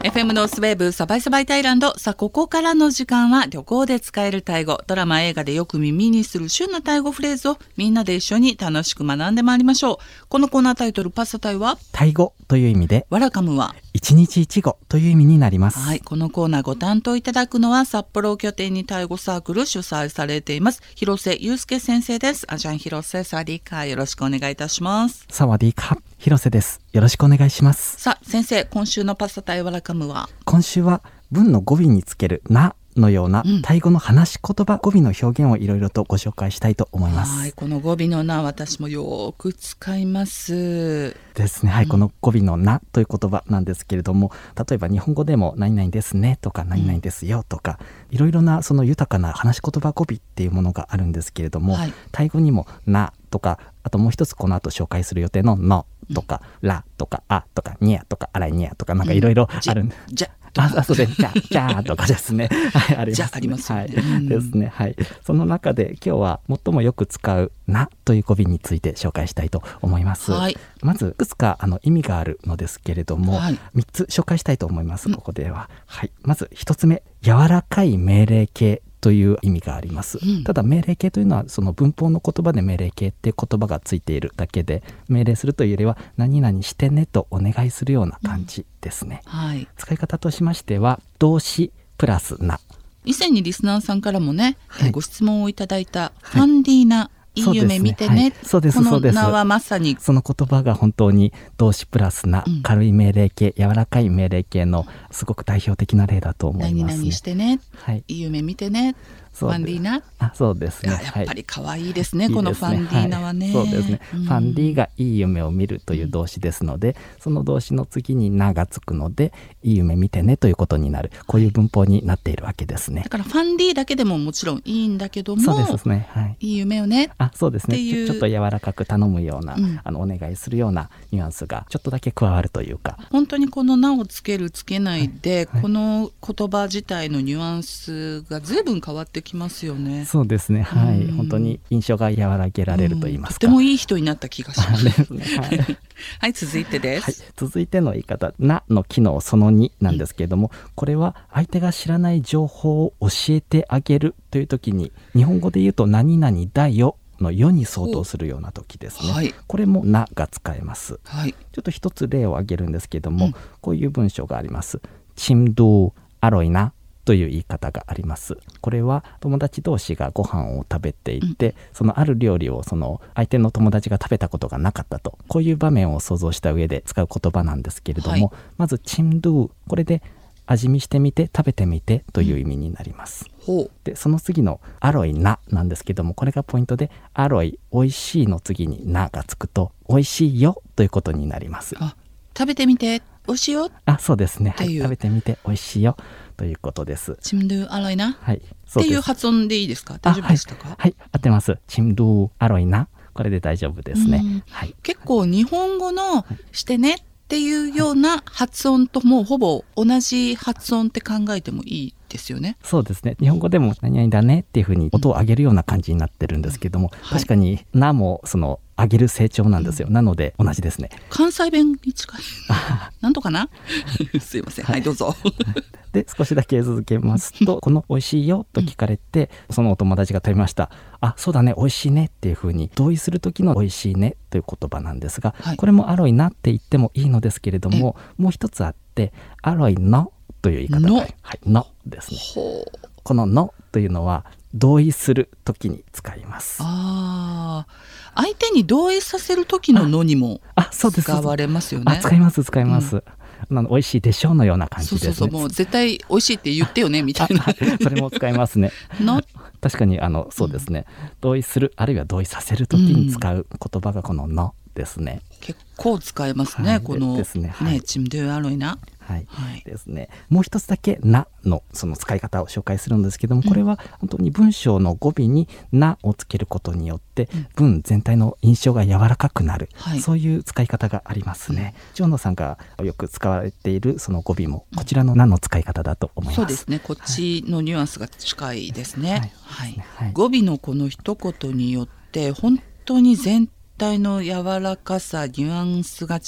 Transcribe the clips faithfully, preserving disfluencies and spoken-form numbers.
エフエム ノースウェーブサバイサバイタイランド。さあここからの時間は旅行で使えるタイ語、ドラマ映画でよく耳にする旬なタイ語フレーズをみんなで一緒に楽しく学んでまいりましょう。このコーナータイトルパスタタイはタイ語という意味で、 ワラカムは一日一語という意味になります。 はい、このコーナーご担当いただくのは札幌を拠点にタイ語サークル主催されています広瀬祐介先生です。アジャン広瀬、サワディーカー、よろしくお願いいたします。 サワディーカー、広瀬です。よろしくお願いします。 さあ先生、今週のパスタタイワラカムは、 今週は文の語尾につけるなのようなタイ語の話し言葉、うん、語尾の表現をいろいろとご紹介したいと思います。 はい、この語尾のな、私もよく使いますですね。はい、うん、この語尾のなという言葉なんですけれども、例えば日本語でも何々ですねとか何々ですよとか、うん、いろいろなその豊かな話し言葉語尾っていうものがあるんですけれども、はい、タイ語にもなとか、あともう一つこの後紹介する予定ののとか、うん、らとかあとかにゃとかあらいにゃとか、なんかいろいろあるんで、 うん、じゃあ、そうで、じゃ、じゃとかですね。はい、ありますね。 じゃありますよね。 はい、ですね。はい。その中で今日は最もよく使うなという語尾について紹介したいと思います。はい、まずいくつかあの意味があるのですけれども、はい、みっつ紹介したいと思います。ここでは。うん、はい。まずひとつめ、柔らかい命令形という意味があります。うん、ただ命令形というのはその文法の言葉で命令形って言葉がついているだけで、命令するというよりは何々してねとお願いするような感じですね。うん、はい、使い方としましては動詞プラスな。 以前にリスナーさんからもね、はい、えー、ご質問をいただいたファンディーナ、はい、いい夢見てね。 そうです、そうです。 この名はまさにその言葉が本当に動詞プラスな、うん、軽い命令形、柔らかい命令形のすごく代表的な例だと思いますね。 何々してね、 はい、 いい夢見てね、ファンディーナ。 あ、そうですね。 やっぱり可愛いですね、はい、このファンディーナはね。 はい、そうですね、うん、ファンディがいい夢を見るという動詞ですので、うん、その動詞の次にながつくので、いい夢見てねということになる、こういう文法になっているわけですね。 だからファンディだけでももちろんいいんだけども、 そうですね、はい、 いい夢をね、 あ、そうですね、ちょ、ちょっと柔らかく頼むような、うん、あのお願いするようなニュアンスがちょっとだけ加わるというか、 本当にこのなをつけるつけないで、はいはい、この言葉自体のニュアンスが随分変わってきますよね。 そうですね、はい、本当に印象が和らげられると言いますか、 とてもいい人になった気がしますね。 はい、 はい、続いてです、 はい、続いての言い方、なの機能そのになんですけれども、うん、これは相手が知らない情報を教えてあげるという時に、日本語で言うと何々だよのよに相当するような時ですね。はい、これもなが使えます。はい、ちょっと一つ例を挙げるんですけれども、うん、こういう文章があります。チムドゥアロイナという言い方があります。これは友達同士がご飯を食べていて、うん、そのある料理をその相手の友達が食べたことがなかったと、こういう場面を想像した上で使う言葉なんですけれども、はい、まずチムドゥ、これで味見してみて食べてみてという意味になります。うん、でその次のアロイななんですけども、これがポイントで、アロイ、おいしいの次にながつくと、おいしいよということになります。 あ、食べてみておいしいよ。 あ、そうですね、はい、食べてみておいしいよということです。 チムドゥアロイな、 はい、 っていう発音でいいですか？大丈夫でしたか？ はい、はい、合ってます。チムドゥアロイな、これで大丈夫ですね。はい、 結構日本語のしてねっていうような発音ともほぼ同じ発音って考えてもいいですよね。 そうですね、日本語でも何々だねっていうふうに音を上げるような感じになってるんですけども、うん、はい、確かになもその上げる成長なんですよ、うん、なので同じですね。 関西弁に近いなんとかなすいません、はい、はい、どうぞで少しだけ続けますと、この美味しいよと聞かれて、うん、そのお友達が食べました、あ、そうだね、美味しいねっていうふうに同意する時の美味しいねという言葉なんですが、はい、これもアロイなって言ってもいいのですけれども、もう一つあって、アロイのという言い方が、 の、 はい、のですね。こののというのは同意する時に使います。 あ、相手に同意させる時ののにも使われますよね。 あ、使います使います、うん、あの美味しいでしょうのような感じですね。 そうそうそう、もう絶対美味しいって言ってよねみたいなそれも使いますねの確かにあのそうですね、うん、同意するあるいは同意させる時に使う言葉がこののですね。 結構使えますね、はい、このですね、はい、 ね、チムドゥアロイな、 はいはい、ですね。もう一つだけなのその使い方を紹介するんですけども、これは本当に文章の語尾になをつけることによって文全体の印象が柔らかくなる、はい、そういう使い方がありますね。ジョンノさんがよく使われているその語尾もこちらのなの使い方だと思います。 そうですね、こっちのニュアンスが近いですね。語尾のこの一言によって本当に全体の柔らかさ、ニュアンスが違っ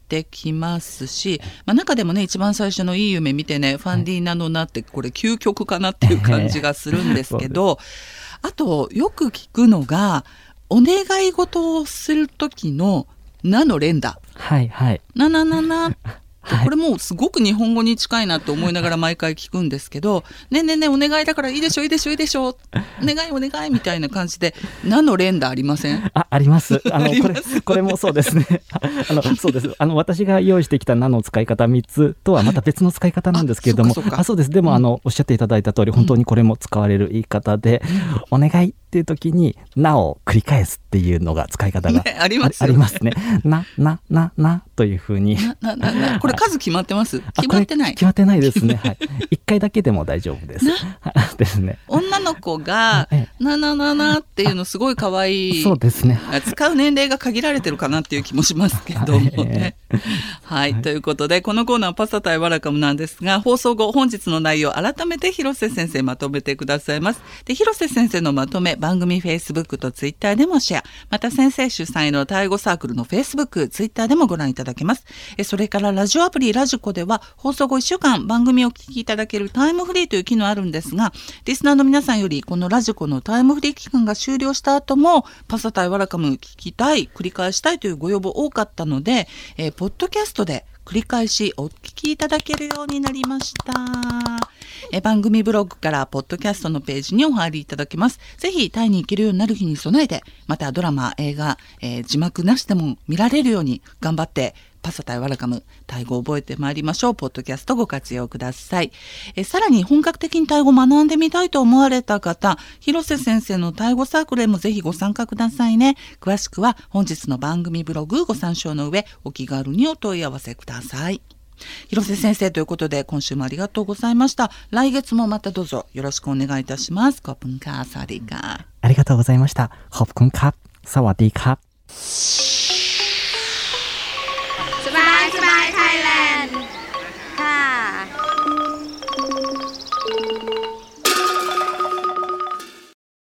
ってきますし、まあ、中でもね一番最初のいい夢見てねファンディーナのなってこれ究極かなっていう感じがするんですけどあとよく聞くのがお願い事をする時のなの連打、 はいはい、 ななななこれもうすごく日本語に近いなと思いながら毎回聞くんですけどねえねえねえお願いだからいいでしょいいでしょいいでしょお願いお願いみたいな感じでなの連打ありません？ あ、あります。あのこれこれもそうですねあのそうです。あの私が用意してきたなの使い方みっつとはまた別の使い方なんですけれども、 あ、そうかそうか。 あ、そうです。でも、うん、あのおっしゃっていただいた通り本当にこれも使われる言い方で、うん、お願いっていう時になを繰り返すっていうのが使い方が、 ね、ありますよね。ありますね。ななななというふうになななこれ数決まってます？決まってない。 決まってないですね。はい。一回だけでも大丈夫です。ですね。 女の子がななななっていうのすごい可愛い。 そうですね。 使う年齢が限られてるかなっていう気もしますけどもね。はい、はい、ということでこのコーナーパスタ対ワラカムなんですが放送後本日の内容改めて広瀬先生まとめてくださいます。で広瀬先生のまとめ番組 Facebook と Twitter でもシェア、また先生主催のタイ語サークルの Facebook、Twitter でもご覧いただけます。えそれからラジオアプリラジコでは放送後いっしゅうかん番組をお聞きいただけるタイムフリーという機能あるんですがリスナーの皆さんよりこのラジコのタイムフリー期間が終了した後もパスタ対ワラカム聞きたい繰り返したいというご要望多かったので、えー、ポッドキャストで繰り返しお聞きいただけるようになりました。え番組ブログからポッドキャストのページにお入りいただけます。ぜひタイに行けるようになる日に備えてまたドラマ映画、えー、字幕なしでも見られるように頑張ってパスタ対ワラカムタイ語を覚えてまいりましょう。ポッドキャストご活用ください。えさらに本格的にタイ語を学んでみたいと思われた方広瀬先生のタイ語サークルへもぜひご参加くださいね。詳しくは本日の番組ブログご参照の上お気軽にお問い合わせください。広瀬先生ということで今週もありがとうございました。来月もまたどうぞよろしくお願いいたします。ขอบคุณค่ะสวัสดีค่ะ。 ありがとうございました。ขอบคุณครับสวัสดีครับ